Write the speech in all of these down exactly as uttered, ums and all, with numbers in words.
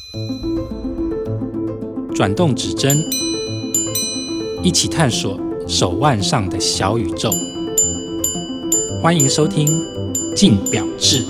转动指针，一起探索手腕上的小宇宙。欢迎收听《镜表志》。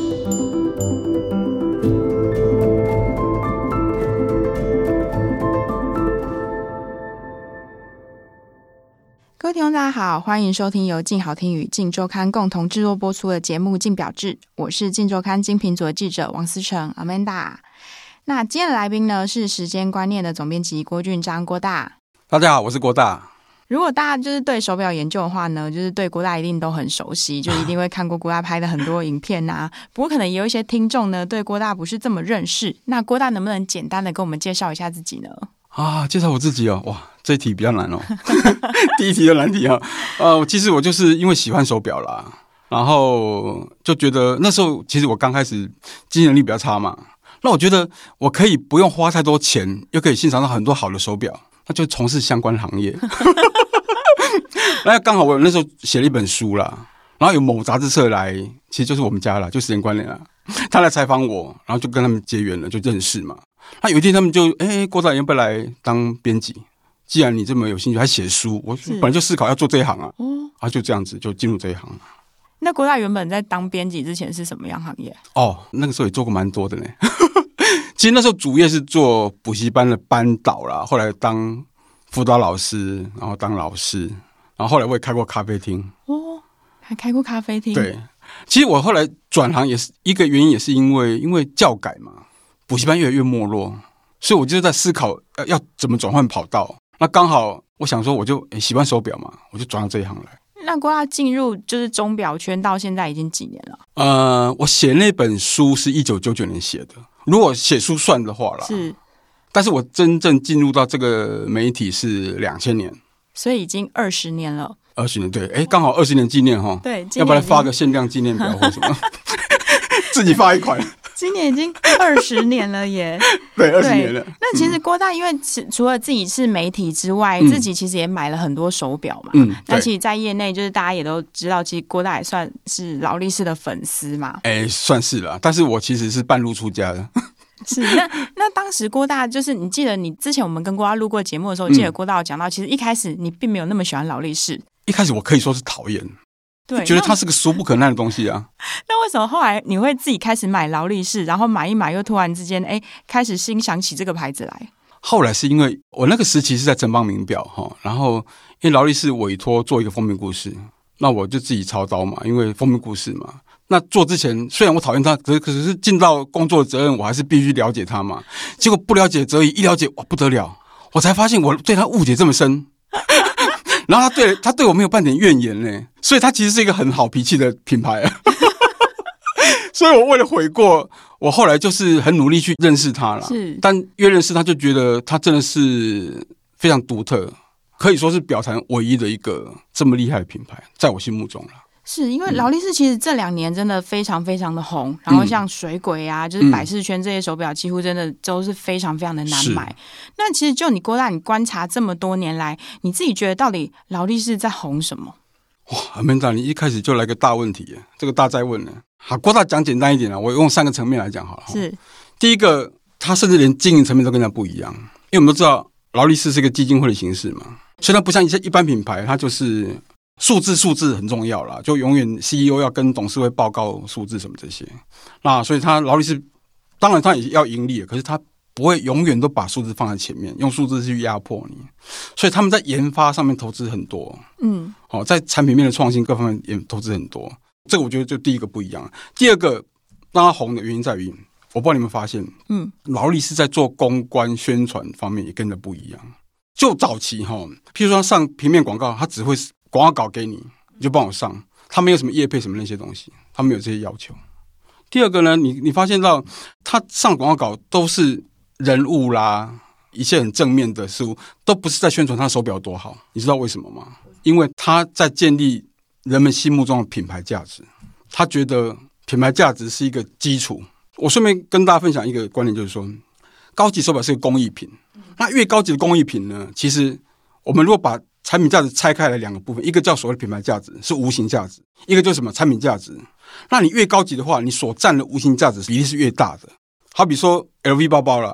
各位听众大家好，欢迎收听由镜好听与镜周刊共同制作播出的节目《镜表志》，我是镜周刊精品组的记者王思成 Amanda。 那今天的来宾呢是时间观念的总编辑郭俊章郭大。 大家好，我是郭大。 如果大家就是对手表研究的话呢，就是对郭大一定都很熟悉，就一定会看过郭大拍的很多影片啊。不过可能也有一些听众呢对郭大不是这么认识，那郭大能不能简单的跟我们介绍一下自己呢？ 啊，介绍我自己哦，哇，这一题比较难哦，第一题的难题啊。呃，其实我就是因为喜欢手表啦，然后就觉得那时候其实我刚开始经济能力比较差嘛，那我觉得我可以不用花太多钱，又可以欣赏到很多好的手表，那就从事相关行业。那刚好我那时候写了一本书啦，然后有某杂志社来，其实就是我们家啦，就时间观念啦，他来采访我，然后就跟他们结缘了，就认识嘛。那有一天他们就哎、欸，郭大要不要来当编辑？既然你这么有兴趣，还写书，我本来就思考要做这一行啊，啊，就这样子就进入这一行。 那郭大原本在当编辑之前是什么样行业？ 哦，那个时候也做过蛮多的呢。其实那时候主业是做补习班的班导啦，后来当辅导老师，然后当老师，然后后来我也开过咖啡厅。 哦，还开过咖啡厅？ 对，其实我后来转行也是一个原因，也是因为因为教改嘛。补习班越来越没落，所以我就在思考要怎么转换跑道。那刚好我想说，我就、欸、喜欢手表嘛，我就转到这一行来。 那郭大进入就是钟表圈到现在已经几年了？ 呃，我写那本书是一九九九年写的，如果写书算的话啦， 是。 但是我真正进入到这个媒体是两千年， 所以已经二十年了。 二十年，对，哎，刚好二十年纪念哈。 对， 要不然发个限量纪念表或什么，自己发一款。 今年已经二十年了耶。 对，二十年了。 那其实郭大因为除了自己是媒体之外、嗯、自己其实也买了很多手表嘛。嗯，那其实在业内就是大家也都知道，其实郭大也算是劳力士的粉丝嘛。 哎，算是啦，但是我其实是半路出家的。 是，那那当时郭大就是你记得你之前我们跟郭大录过节目的时候，记得郭大有讲到、嗯、其实一开始你并没有那么喜欢劳力士。一开始我可以说是讨厌， 对， 觉得它是个俗不可耐的东西啊。 那为什么后来你会自己开始买劳力士，然后买一买又突然之间哎开始欣赏起这个牌子来？ 后来是因为我那个时期是在正邦名表哈，然后因为劳力士委托做一个封面故事，那我就自己操刀嘛，因为封面故事嘛。那做之前虽然我讨厌它，可是可是尽到工作的责任，我还是必须了解它嘛。结果不了解则已，一了解哇不得了，我才发现我对它误解这么深。然后他对他对我没有半点怨言呢，所以他其实是一个很好脾气的品牌。所以我为了悔过，我后来就是很努力去认识他啦。是，但越认识他就觉得他真的是非常独特，可以说是表坛唯一的一个这么厉害的品牌，在我心目中啦。是因为劳力士其实这两年真的非常非常的红，然后像水鬼啊、嗯、就是百事圈这些手表几乎真的都是非常非常的难买。那其实就你郭大你观察这么多年来，你自己觉得到底劳力士在红什么？ 哇，阿曼达，你一开始就来个大问题，这个大哉问呢。好，郭大讲简单一点啦，我用三个层面来讲好了。是，第一个，他甚至连经营层面都跟人家不一样，因为我们都知道劳力士是一个基金会的形式嘛，所以它不像一些一般品牌，它就是数字数字很重要啦，就永远 C E O 要跟董事会报告数字什么这些。那所以他劳力士当然他也要盈利，可是他不会永远都把数字放在前面，用数字去压迫你。所以他们在研发上面投资很多，嗯，好、哦，在产品面的创新各方面也投资很多。这个我觉得就第一个不一样。第二个让它红的原因在于，我不知道你们发现，嗯，劳力士在做公关宣传方面也跟着不一样。就早期哈，譬如说上平面广告，他只会广告稿给你，你就帮我上，他没有什么业配什么那些东西，他没有这些要求。第二个呢，你你发现到他上广告稿都是人物啦，一切很正面的事物，都不是在宣传他手表多好。你知道为什么吗？因为他在建立人们心目中的品牌价值，他觉得品牌价值是一个基础。我顺便跟大家分享一个观念，就是说，高级手表是个工艺品。那越高级的工艺品呢，其实我们如果把产品价值拆开来两个部分，一个叫所谓的品牌价值，是无形价值；一个就是什么产品价值。那你越高级的话，你所占的无形价值比例是越大的。好比说 L V 包包啦，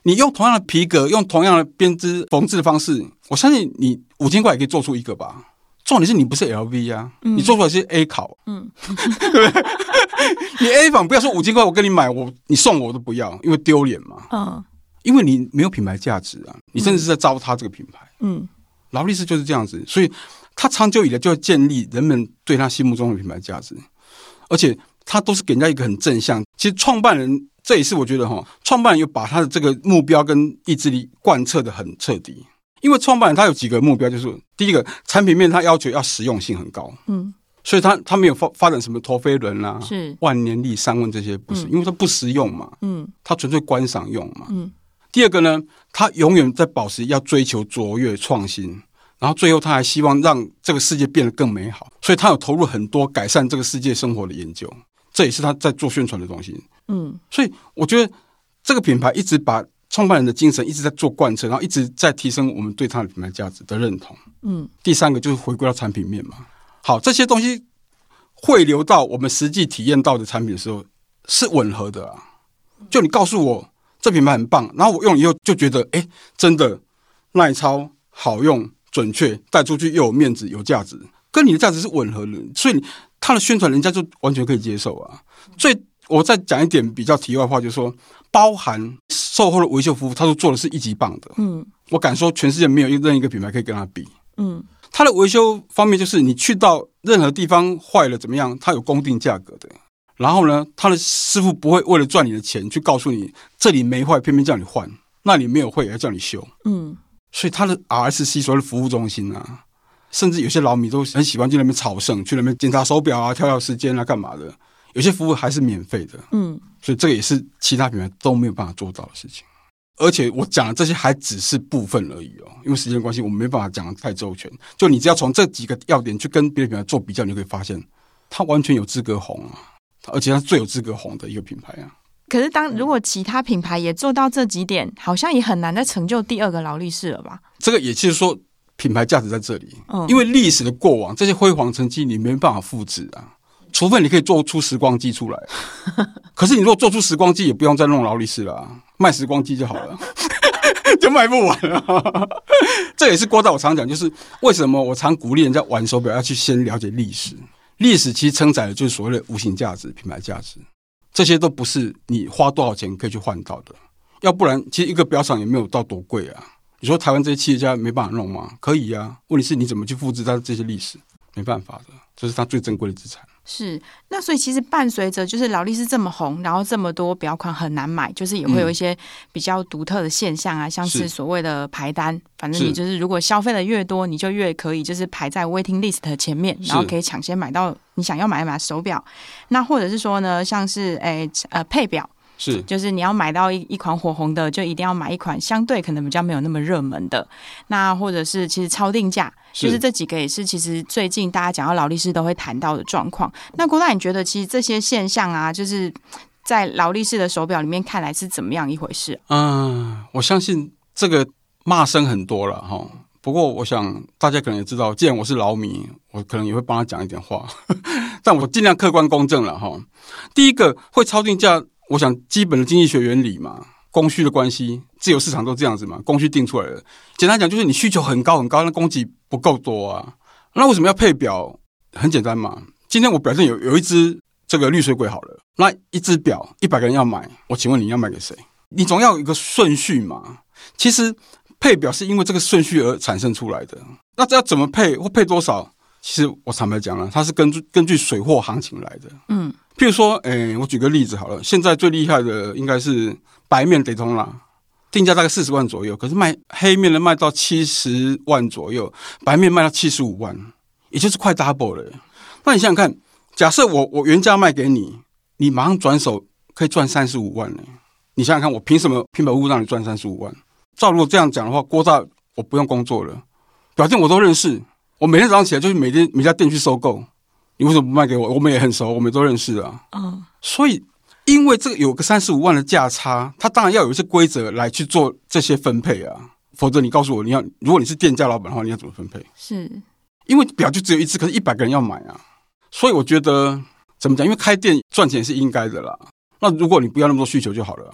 你用同样的皮革，用同样的编织缝制的方式，我相信你五千块也可以做出一个吧。重点是你不是 L V 啊，嗯、你做出来是 A 考，嗯，对不对？你 A 仿不要说五千块，我跟你买，我你送我我都不要，因为丢脸嘛。嗯，因为你没有品牌价值啊，你甚至是在糟蹋这个品牌。嗯，劳力士就是这样子，所以他长久以来就会建立人们对他心目中的品牌价值，而且他都是给人家一个很正向。其实创办人这也是我觉得哈，创办人有把他的这个目标跟意志力贯彻的很彻底。因为创办人他有几个目标，就是第一个，产品面他要求要实用性很高，嗯，所以他他没有发发展什么陀飞轮啦、是万年历、三温这些不是，嗯、因为它不实用嘛，嗯，它纯粹观赏用嘛，嗯。第二个呢，他永远在保持要追求卓越创新，然后最后他还希望让这个世界变得更美好，所以他有投入很多改善这个世界生活的研究，这也是他在做宣传的东西，嗯。所以我觉得这个品牌一直把创办人的精神一直在做贯彻，然后一直在提升我们对它的品牌价值的认同。嗯，第三个就是回归到产品面嘛。好，这些东西汇流到我们实际体验到的产品的时候是吻合的啊。就你告诉我这品牌很棒，然后我用了以后就觉得，哎，真的耐操、好用、准确，带出去又有面子、有价值，跟你的价值是吻合的，所以它的宣传人家就完全可以接受啊。最我再讲一点比较题外话，就是说，包含售后的维修服务，他都做的是一级棒的。嗯，我敢说，全世界没有任何一个品牌可以跟他比。嗯，他的维修方面，就是你去到任何地方坏了怎么样，他有公定价格的。然后呢，他的师傅不会为了赚你的钱去告诉你这里没坏，偏偏叫你换；那里没有坏，也要叫你修。嗯，所以他的 R S C 所谓的服务中心啊，甚至有些老米都很喜欢去那边朝圣，去那边检查手表啊、跳跳时间啊、干嘛的。有些服务还是免费的，嗯，所以这个也是其他品牌都没有办法做到的事情。而且我讲的这些还只是部分而已哦，因为时间关系，我们没办法讲得太周全。就你只要从这几个要点去跟别的品牌做比较，你就可以发现，它完全有资格红啊，而且它最有资格红的一个品牌啊。 可是当如果其他品牌也做到这几点，好像也很难再成就第二个劳力士了吧？ 这个也就是说，品牌价值在这里，嗯，因为历史的过往，这些辉煌成绩你没办法复制啊。除非你可以做出时光机出来，可是你如果做出时光机，也不用再弄劳力士了、啊，卖时光机就好了，就卖不完了。这也是郭大我常讲，就是为什么我常鼓励人家玩手表要去先了解历史。历史其实承载的就是所谓的无形价值、品牌价值，这些都不是你花多少钱可以去换到的。要不然，其实一个表厂也没有到多贵啊。你说台湾这些企业家没办法弄吗？可以啊。问题是你怎么去复制它这些历史？没办法的，这是它最珍贵的资产。 是，那所以其实伴随着就是劳力士这么红，然后这么多表款很难买，就是也会有一些比较独特的现象啊，嗯、像是所谓的排单，反正你就是如果消费的越多，你就越可以就是排在 waiting list 前面，然后可以抢先买到你想要买的买手表。那或者是说呢，像是诶呃配表。 是， 就是你要买到 一, 一款火红的，就一定要买一款相对可能比较没有那么热门的。那或者是其实超定价，是就是这几个也是其实最近大家讲到劳力士都会谈到的状况。那郭大，你觉得其实这些现象啊，就是在劳力士的手表里面看来是怎么样一回事？ 嗯，我相信这个骂声很多了哈。不过我想大家可能也知道，既然我是劳迷，我可能也会帮他讲一点话，但我尽量客观公正了哈。第一个会超定价。我想基本的经济学原理嘛，供需的关系，自由市场都这样子嘛，供需定出来了。简单讲就是你需求很高很高，那供给不够多啊。那为什么要配表？很简单嘛，今天我表现有有一只这个绿水鬼好了，那一只表一百个人要买，我请问你要卖给谁？你总要有一个顺序嘛。其实配表是因为这个顺序而产生出来的。那这要怎么配或配多少？其实我坦白讲了，它是根据根据水货行情来的。嗯。譬如说，诶，我举个例子好了，现在最厉害的应该是白面Daytona啦，定价大概四十万左右，可是卖黑面的卖到七十万左右，白面卖到七十五万，也就是快 double 了。那你想想看，假设我我原价卖给你，你马上转手可以赚三十五万呢。你想想看，我凭什么平白无故让你赚三十五万？照如果这样讲的话，郭大我不用工作了，表店我都认识，我每天早上起来就是每天每家店去收购。你为什么不卖给我？我们也很熟，我们都认识啊。嗯，所以因为这个有个三十五万的价差，它当然要有一些规则来去做这些分配啊。否则你告诉我，你要如果你是店家老板的话，你要怎么分配？ 是因为表就只有一只，可是一百个人要买啊。所以我觉得怎么讲？因为开店赚钱是应该的啦。那如果你不要那么多需求就好了啊。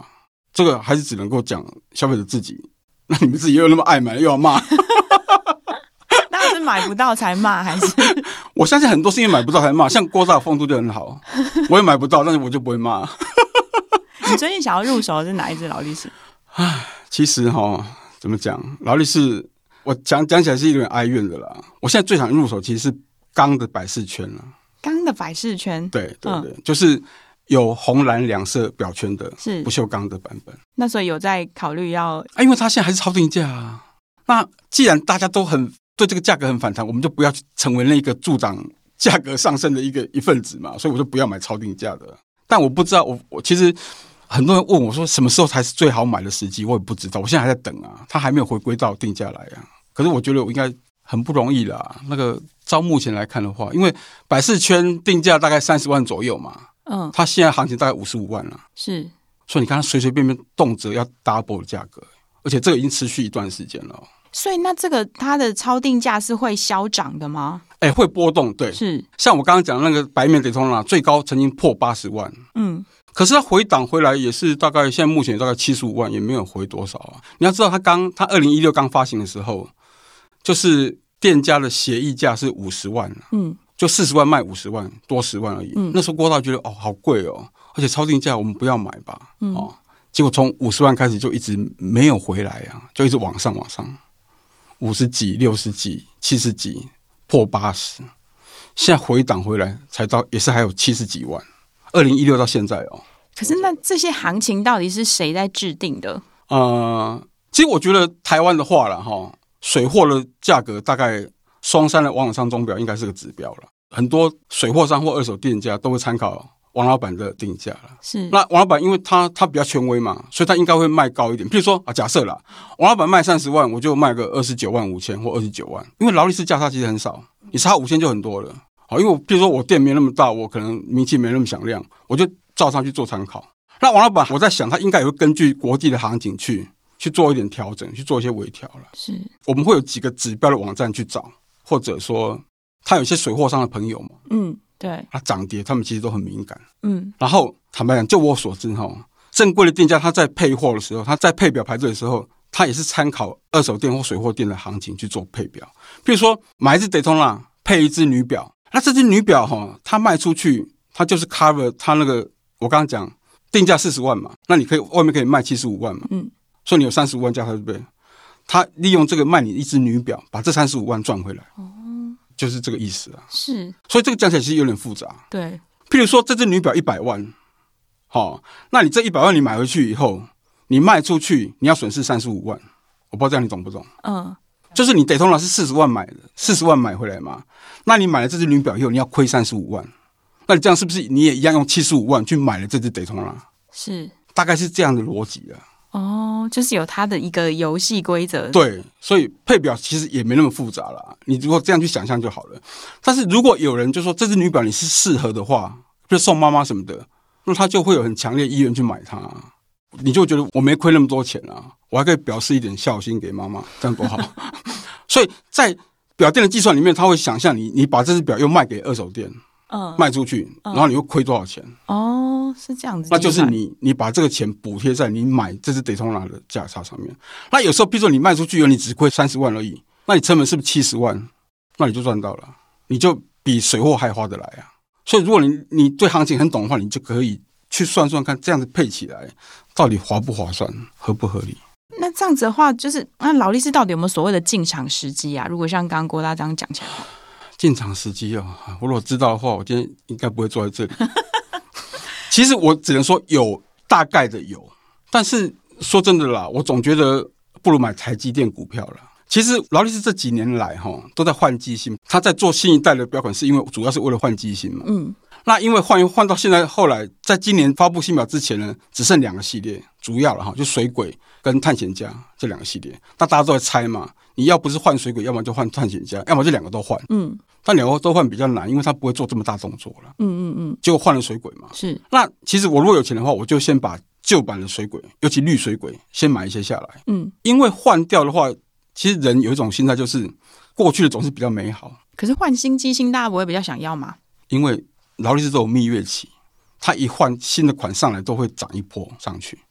这个还是只能够讲消费者自己。那你们自己又那么爱买，又要骂。 那是买不到才骂还是？ 我相信很多是因为买不到才骂，像郭大的风度就很好，我也买不到，但是我就不会骂。 你最近想要入手的是哪一支劳力士？ 唉，其实哈，怎么讲，劳力士我讲讲起来是有点哀怨的啦。我现在最想入手其实是钢的百事圈了。 钢的百事圈， 对对对，嗯、就是有红蓝两色表圈的， 是不锈钢的版本。 那所以有在考虑要， 啊，因为它现在还是超定价啊。那既然大家都很对这个价格很反弹，我们就不要去成为那个助长价格上升的一个一份子嘛。所以我就不要买超定价的。但我不知道，我我其实。很多人问我说什么时候才是最好买的时机，我也不知道，我现在还在等啊，它还没有回归到定价来啊。可是我觉得我应该很不容易啦。那个照目前来看的话，因为百事圈定价大概三十万左右嘛，嗯，它现在行情大概五十五万了， 是， 所以你看它随随便便动辄要 double 的价格，而且这个已经持续一段时间了。 所以那这个它的超定价是会消涨的吗？ 哎、欸，会波动，对， 是。像我刚刚讲的那个白面Daytona最高曾经破八十万，嗯。可是它回档回来也是大概现在目前大概七十五万，也没有回多少啊。你要知道，它刚它二零一六刚发行的时候，就是店家的协议价是五十万，嗯，就四十万卖五十万，多十万而已。嗯，那时候郭大觉得哦好贵哦，而且超定价我们不要买吧，嗯，哦，结果从五十万开始就一直没有回来啊，就一直往上往上，五十几、六十几、七十几，破八十，现在回档回来才到也是还有七十几万。二零一六到现在哦， 可是那这些行情到底是谁在制定的？ 呃，其实我觉得台湾的话啦齁，水货的价格大概双山的王永昌钟表应该是个指标了。很多水货商或二手店家都会参考王老板的定价了。 是， 那王老板因为他他比较权威嘛，所以他应该会卖高一点。譬如说啊，假设啦，王老板卖三十万，我就卖个二十九万五千或二十九万，因为劳力士价差其实很少，你差五千就很多了。好，因为我比如说我店没那么大，我可能名气没那么响亮，我就照上去做参考。那王老板，我在想他应该也会根据国际的行情去去做一点调整，去做一些微调了。 是， 我们会有几个指标的网站去找，或者说他有一些水货商的朋友嘛， 嗯，对， 他涨跌他们其实都很敏感， 嗯。 然后坦白讲，就我所知哈，正规的店家他在配货的时候，他在配表排队的时候，他也是参考二手店或水货店的行情去做配表。比如说买一只 Daytona 配一只女表。那这只女表哈，它卖出去，它就是 cover 它那个我刚刚讲定价四十万嘛，那你可以外面可以卖七十五万嘛，嗯，所以你有三十五万价差，对不对？他利用这个卖你一只女表，把这三十五万赚回来，哦，就是这个意思啊。 是， 所以这个讲起来其实有点复杂。 对， 譬如说这只女表一百万，好，那你这一百万你买回去以后，你卖出去你要损失三十五万，我不知道这样你懂不懂？嗯。就是你Daytona是四十万买的，四十万买回来嘛，那你买了这只女表以后，你要亏三十五万，那你这样是不是你也一样用七十五万去买了这只Daytona？ 是， 大概是这样的逻辑的。 哦，就是有它的一个游戏规则。 对，所以配表其实也没那么复杂啦，你如果这样去想象就好了。但是如果有人就说这只女表你是适合的话，就送妈妈什么的，那他就会有很强烈意愿去买它。你就觉得我没亏那么多钱啊，我还可以表示一点孝心给妈妈，这样多好。所以在表店的计算里面，他会想象你你把这只表又卖给二手店，嗯，卖出去，然后你又亏多少钱？ 哦，是这样子。 那就是你你把这个钱补贴在你买这只Daytona的价差上面。那有时候，比如说你卖出去以后，你只亏三十万而已，那你成本是不是七十万？那你就赚到了，你就比水货还划得来啊。所以如果你你对行情很懂的话，你就可以去算算看，这样子配起来到底划不划算，合不合理？ 那这样子的话，就是那劳力士到底有没有所谓的进场时机啊？如果像刚刚郭大这样讲起来， 进场时机哦，我如果知道的话，我今天应该不会坐在这里。其实我只能说有大概的有，但是说真的啦，我总觉得不如买台积电股票了。其实劳力士这几年来哈都在换机芯，他在做新一代的表款，是因为主要是为了换机芯嘛。嗯。那因为换换到现在，后来在今年发布新表之前呢，只剩两个系列，主要了哈，就水鬼跟探险家这两个系列。那大家都在猜嘛，你要不是换水鬼，要么就换探险家，要么就两个都换。嗯，但两个都换比较难，因为他不会做这么大动作了。嗯嗯嗯。结果换了水鬼嘛。 是。 那其实我如果有钱的话，我就先把旧版的水鬼，尤其绿水鬼，先买一些下来。嗯。因为换掉的话，其实人有一种心态，就是过去的总是比较美好。 可是换新机芯，大家不会比较想要吗？ 因为劳力士都有蜜月期，它一换新的款上来都会涨一波上去。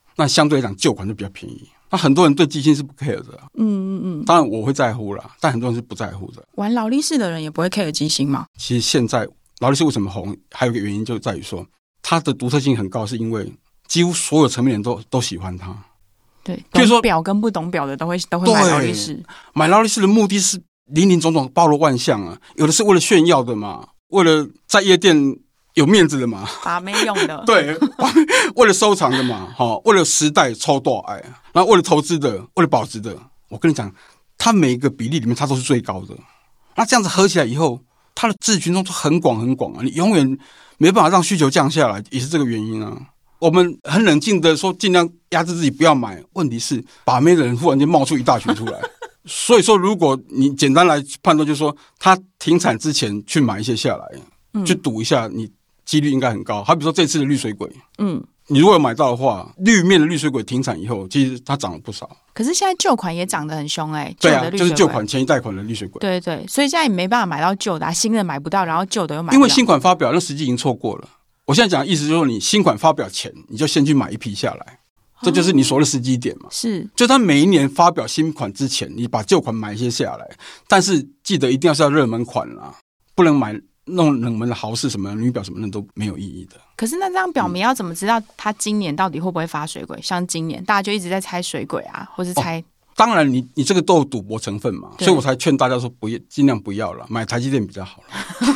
那相对来讲旧款就比较便宜。那很多人对机芯是不 care 的、啊，嗯嗯嗯，当然我会在乎啦，但很多人是不在乎的。 玩劳力士的人也不会 care 机芯吗？ 其实现在劳力士为什么红，还有一个原因就在于说它的独特性很高，是因为几乎所有层面人都都喜欢它。 对，比如说表跟不懂表的都会都会买劳力士。 买劳力士的目的是林林总总包罗万象啊，有的是为了炫耀的嘛，为了在夜店有面子的嘛， 把妹用的。 对，为了收藏的嘛，为了时代抽大爱，然后为了投资的，为了保值的。我跟你讲，它每一个比例里面它都是最高的。那这样子合起来以后，它的自群中就很广很广啊，你永远没办法让需求降下来，也是这个原因啊。我们很冷静的说，尽量压制自己不要买。问题是，把妹的人忽然间冒出一大群出来。所以说，如果你简单来判断，就是说，他停产之前去买一些下来，嗯、去赌一下，你几率应该很高。好比说这次的绿水鬼，嗯，你如果有买到的话，绿面的绿水鬼停产以后，其实它涨了不少。 可是现在旧款也涨得很凶哎、欸， 对啊，就是旧款前一代款的绿水鬼。 对对，所以现在也没办法买到旧的、啊，新的买不到，然后旧的又买不到。 因为新款发表，那时机已经错过了。我现在讲的意思就是说，你新款发表前，你就先去买一批下来，这就是你所谓的时机点嘛。 是， 就他每一年发表新款之前，你把旧款买一些下来，但是记得一定要是要热门款啦，不能买那种冷门的豪士什么女表什么的都没有意义的。 可是那这样表明要怎么知道他今年到底会不会发水鬼？像今年大家就一直在猜水鬼啊，或是猜。哦， 当然你，你这个都有赌博成分嘛，所以我才劝大家说不要，尽量不要了，买台积电比较好了。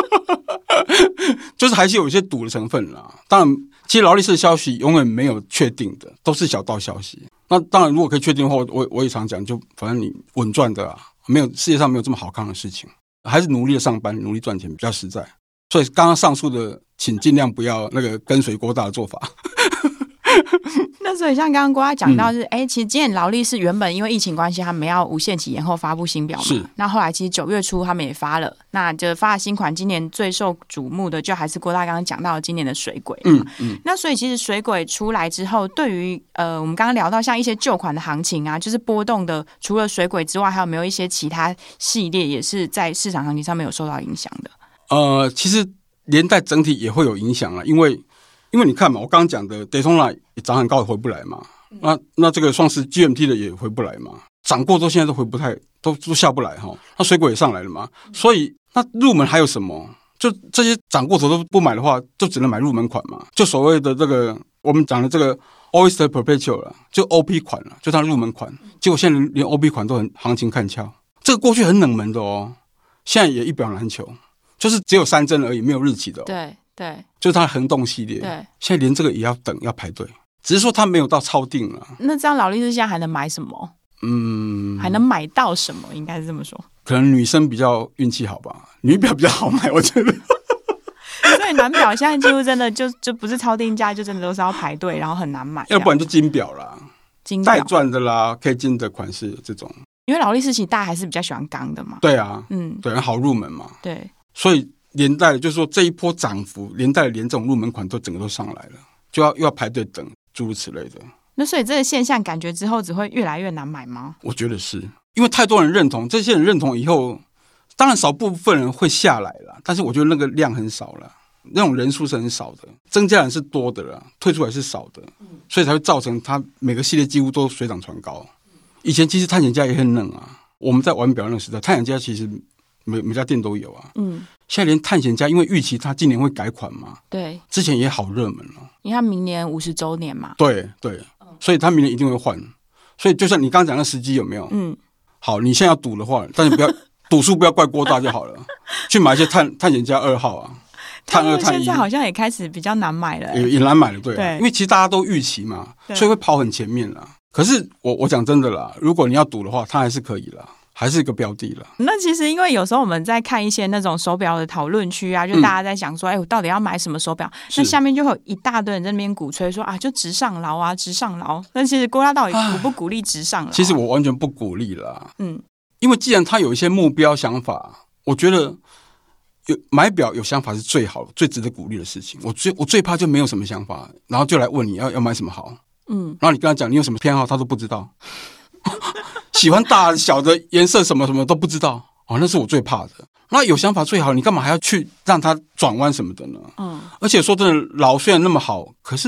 就是还是有一些赌的成分啦。当然，其实劳力士的消息永远没有确定的，都是小道消息。那当然，如果可以确定的话，我我也常讲，就反正你稳赚的啊，没有世界上没有这么好看的事情，还是努力的上班，努力赚钱比较实在。所以刚刚上述的，请尽量不要那个跟随郭大的做法。 那所以像刚刚郭大讲到是，哎、嗯，其实今年劳力士原本因为疫情关系，他们要无限期延后发布新表嘛。 是。 那后来其实九月初他们也发了，那就发了新款。今年最受瞩目的就还是郭大刚刚讲到的今年的水鬼。嗯嗯。那所以其实水鬼出来之后，对于呃我们刚刚聊到像一些旧款的行情啊，就是波动的，除了水鬼之外，还有没有一些其他系列也是在市场行情上面有受到影响的？ 呃，其实连带整体也会有影响啦，因为。因为你看嘛，我刚刚讲的 Daytona 也涨很高也回不来嘛，嗯、那那这个双十 G M T 的也回不来嘛，涨过都现在都回不太都都下不来哈，那水果也上来了嘛，嗯、所以那入门还有什么？就这些涨过头都不买的话，就只能买入门款嘛，就所谓的这个我们讲的这个 Oyster Perpetual 了，就 O P 款了，就它入门款，结果现在连 O P 款都很行情看俏，这个过去很冷门的哦，现在也一表难求，就是只有三针而已，没有日期的、哦。 对。对， 就是它的恒动系列， 对， 现在连这个也要等，要排队，只是说它没有到超定了。 那这样劳力士现在还能买什么？嗯，还能买到什么？应该是这么说。 可能女生比较运气好吧，女表比较好买，我觉得。 所以男表现在几乎真的就就不是超定价，就真的都是要排队，然后很难买。 要不然就金表啦， 金表带钻的啦 ，K 金的款式这种。 因为劳力士其实大家还是比较喜欢钢的嘛。 对啊，嗯，对，好入门嘛。 对， 所以。连带的就是说这一波涨幅，连带的连这种入门款都整个都上来了，就要又要排队等，诸如此类的。 那所以这个现象感觉之后只会越来越难买吗？ 我觉得是因为太多人认同，这些人认同以后，当然少部分人会下来了，但是我觉得那个量很少了，那种人数是很少的，增加人是多的了，退出来是少的，所以才会造成它每个系列几乎都水涨船高。以前其实探险家也很冷啊，我们在玩表那个时代，探险家其实每每家店都有啊，嗯。现在连探险家，因为预期他今年会改款嘛， 对， 之前也好热门了， 因为他明年五十周年嘛， 对对，所以他明年一定会换，所以就像你刚刚讲的时机有没有？嗯，好，你现在要赌的话，但是不要赌数不要怪郭大就好了，去买一些探探险家二号啊，探二探一， 现在好像也开始比较难买了， 也也难买了，对，对，因为其实大家都预期嘛，所以会跑很前面啦。可是我我讲真的啦，如果你要赌的话，它还是可以啦。还是一个标的了。 那其实因为有时候我们在看一些那种手表的讨论区啊，就大家在想说，哎、嗯，我到底要买什么手表？那下面就会有一大堆人在那边鼓吹说啊，就直上劳啊，直上劳。那其实郭大到底鼓不鼓励直上劳？ 其实我完全不鼓励啦。嗯，因为既然他有一些目标想法，我觉得有买表有想法是最好、最值得鼓励的事情。我最我最怕就没有什么想法，然后就来问你要要买什么好。嗯，然后你跟他讲你有什么偏好，他都不知道。喜欢大小的颜色什么什么都不知道哦，那是我最怕的。那有想法最好，你干嘛还要去让他转弯什么的呢？嗯，而且说真的，劳虽然那么好，可是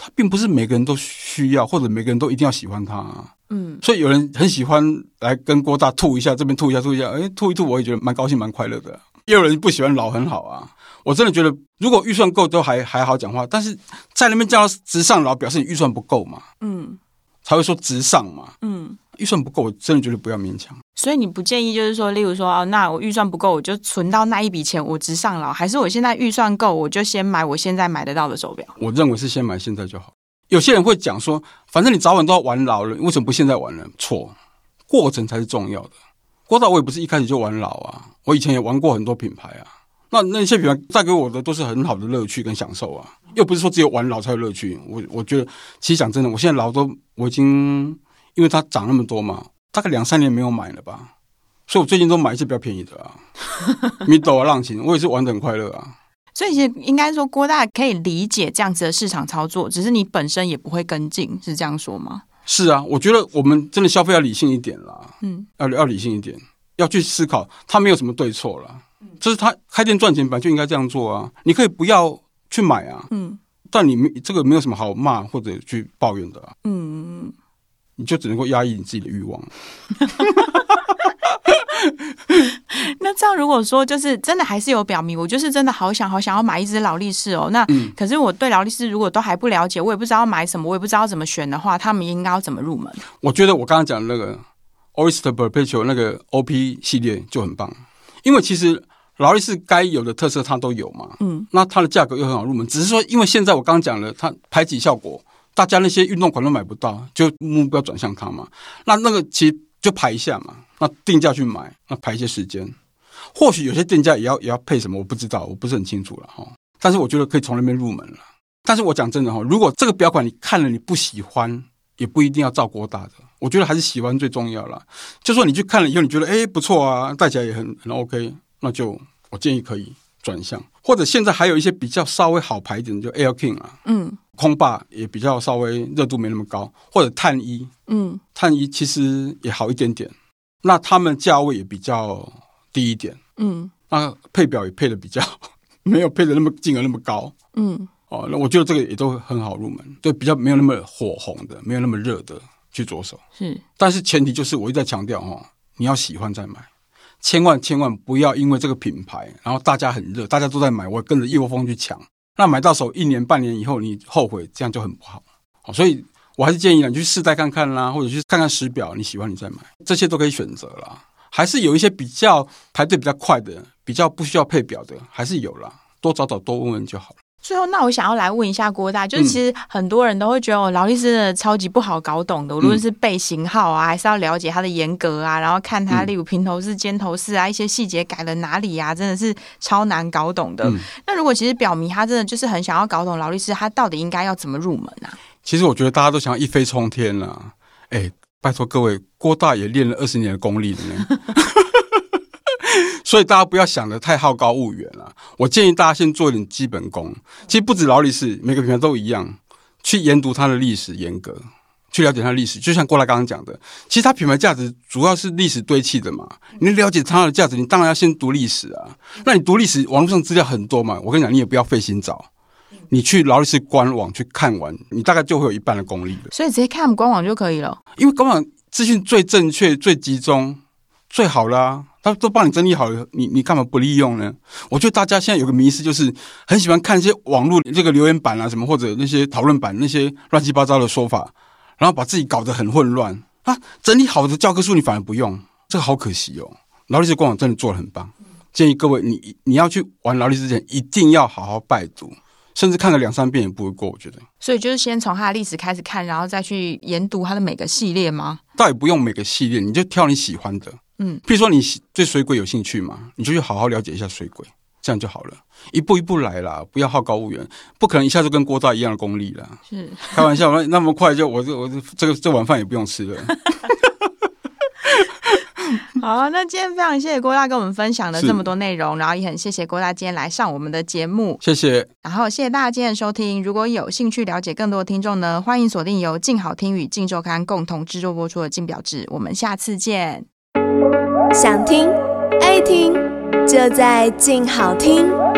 他并不是每个人都需要，或者每个人都一定要喜欢他啊。嗯，所以有人很喜欢来跟郭大吐一下，这边吐一下吐一下，哎，吐一吐我也觉得蛮高兴蛮快乐的。也有人不喜欢老很好啊，我真的觉得如果预算够都还还好讲话，但是在那边叫他直上老，表示你预算不够嘛，嗯，才会说直上嘛，嗯，预算不够，我真的觉得不要勉强。 所以你不建议就是说，例如说哦，那我预算不够，我就存到那一笔钱我直上老，还是我现在预算够，我就先买我现在买得到的手表？ 我认为是先买现在就好。有些人会讲说，反正你早晚都要玩老了，为什么不现在玩了？错，过程才是重要的。郭大我也不是一开始就玩老啊，我以前也玩过很多品牌啊。那那些品牌带给我的都是很好的乐趣跟享受啊，又不是说只有玩老才有乐趣。我我觉得，其实讲真的，我现在老都我已经因为它涨那么多嘛，大概两三年没有买了吧，所以我最近都买一些比较便宜的啊，米斗啊、浪琴，我也是玩得很快乐啊。 所以其实应该说，郭大可以理解这样子的市场操作，只是你本身也不会跟进，是这样说吗？ 是啊，我觉得我们真的消费要理性一点啦，嗯，要要理性一点，要去思考，它没有什么对错啦，嗯，就是他开店赚钱本来就应该这样做啊，你可以不要去买啊，嗯，但你这个没有什么好骂或者去抱怨的啊，嗯，你就只能够压抑你自己的欲望。 那这样如果说就是真的还是有表明我就是真的好想好想要买一只劳力士哦，那、嗯、可是我对劳力士如果都还不了解，我也不知道买什么，我也不知道怎么选的话，他们应该要怎么入门？ 我觉得我刚刚讲的那个 Oyster Perpetual 那个 O P 系列就很棒，因为其实劳力士该有的特色它都有嘛，嗯，那它的价格又很好入门，只是说因为现在我刚刚讲了它排挤效果，大家那些运动款都买不到，就目标转向它嘛，那那个其实就排一下嘛，那定价去买，那排一些时间，或许有些店家也要也要配什么，我不知道，我不是很清楚了哈。但是我觉得可以从那边入门了。但是我讲真的哈，如果这个表款你看了你不喜欢，也不一定要照郭大的，我觉得还是喜欢最重要啦。就说你去看了以后，你觉得哎不错啊，戴起来也很很 OK， 那就我建议可以转向。或者现在还有一些比较稍微好牌一点的，就 Air King 啊，嗯，空霸也比较稍微热度没那么高，或者碳一，嗯，碳一其实也好一点点。那他们价位也比较低一点，嗯，那配表也配的比较没有配的那么金额那么高，嗯，哦，那我觉得这个也都很好入门，对，比较没有那么火红的，没有那么热的去着手，是，但是前提就是我一直在强调哈，你要喜欢再买，千万千万不要因为这个品牌，然后大家很热，大家都在买，我跟着一窝蜂去抢，那买到手一年半年以后你后悔，这样就很不好，好，所以。我还是建议你去试戴看看啦，或者去看看时表，你喜欢你再买，这些都可以选择啦。还是有一些比较排队比较快的，比较不需要配表的，还是有啦，多找找多问问就好了。 最后，那我想要来问一下郭大，就是其实很多人都会觉得哦，劳力士真的超级不好搞懂的，无论是背型号啊，还是要了解它的严格啊，然后看它例如平头式、尖头式啊，一些细节改了哪里啊，真的是超难搞懂的。嗯、那如果其实表明他真的就是很想要搞懂劳力士，他到底应该要怎么入门啊？ 其实我觉得大家都想要一飞冲天啦、啊，哎，拜托各位，郭大也练了二十年的功力了呢。所以大家不要想得太好高骛远了。我建议大家先做一点基本功。其实不止劳力士，每个品牌都一样，去研读它的历史严格，去了解它的历史。就像郭大刚刚讲的，其实它品牌价值主要是历史堆砌的嘛。你了解它的价值，你当然要先读历史啊。那你读历史，网络上资料很多嘛。我跟你讲，你也不要费心找。你去劳力士官网去看完，你大概就会有一半的功力了。 所以直接看他们官网就可以了。 因为官网资讯最正确、最集中、最好啦、啊，他都帮你整理好了，你你干嘛不利用呢？我觉得大家现在有个迷思，就是很喜欢看一些网络这个留言板啊什么，或者那些讨论板那些乱七八糟的说法，然后把自己搞得很混乱啊。整理好的教科书你反而不用，这个好可惜哦。劳力士官网真的做得很棒，建议各位你你要去玩劳力士之前，一定要好好拜读。甚至看了两三遍也不为过，我觉得。 所以就是先从它的历史开始看，然后再去研读它的每个系列吗？ 倒也不用每个系列，你就挑你喜欢的。嗯，譬如说你对水鬼有兴趣嘛，你就去好好了解一下水鬼，这样就好了。一步一步来啦，不要好高骛远，不可能一下就跟郭大一样的功力啦。是开玩笑，那么快就我这我这个这碗饭也不用吃了。 好，那今天非常谢谢郭大跟我们分享了这么多内容，然后也很谢谢郭大今天来上我们的节目， 谢谢。 然后谢谢大家今天的收听，如果有兴趣了解更多的听众呢，欢迎锁定由静好听与静周刊共同制作播出的静表志，我们下次见。 想听爱听就在静好听。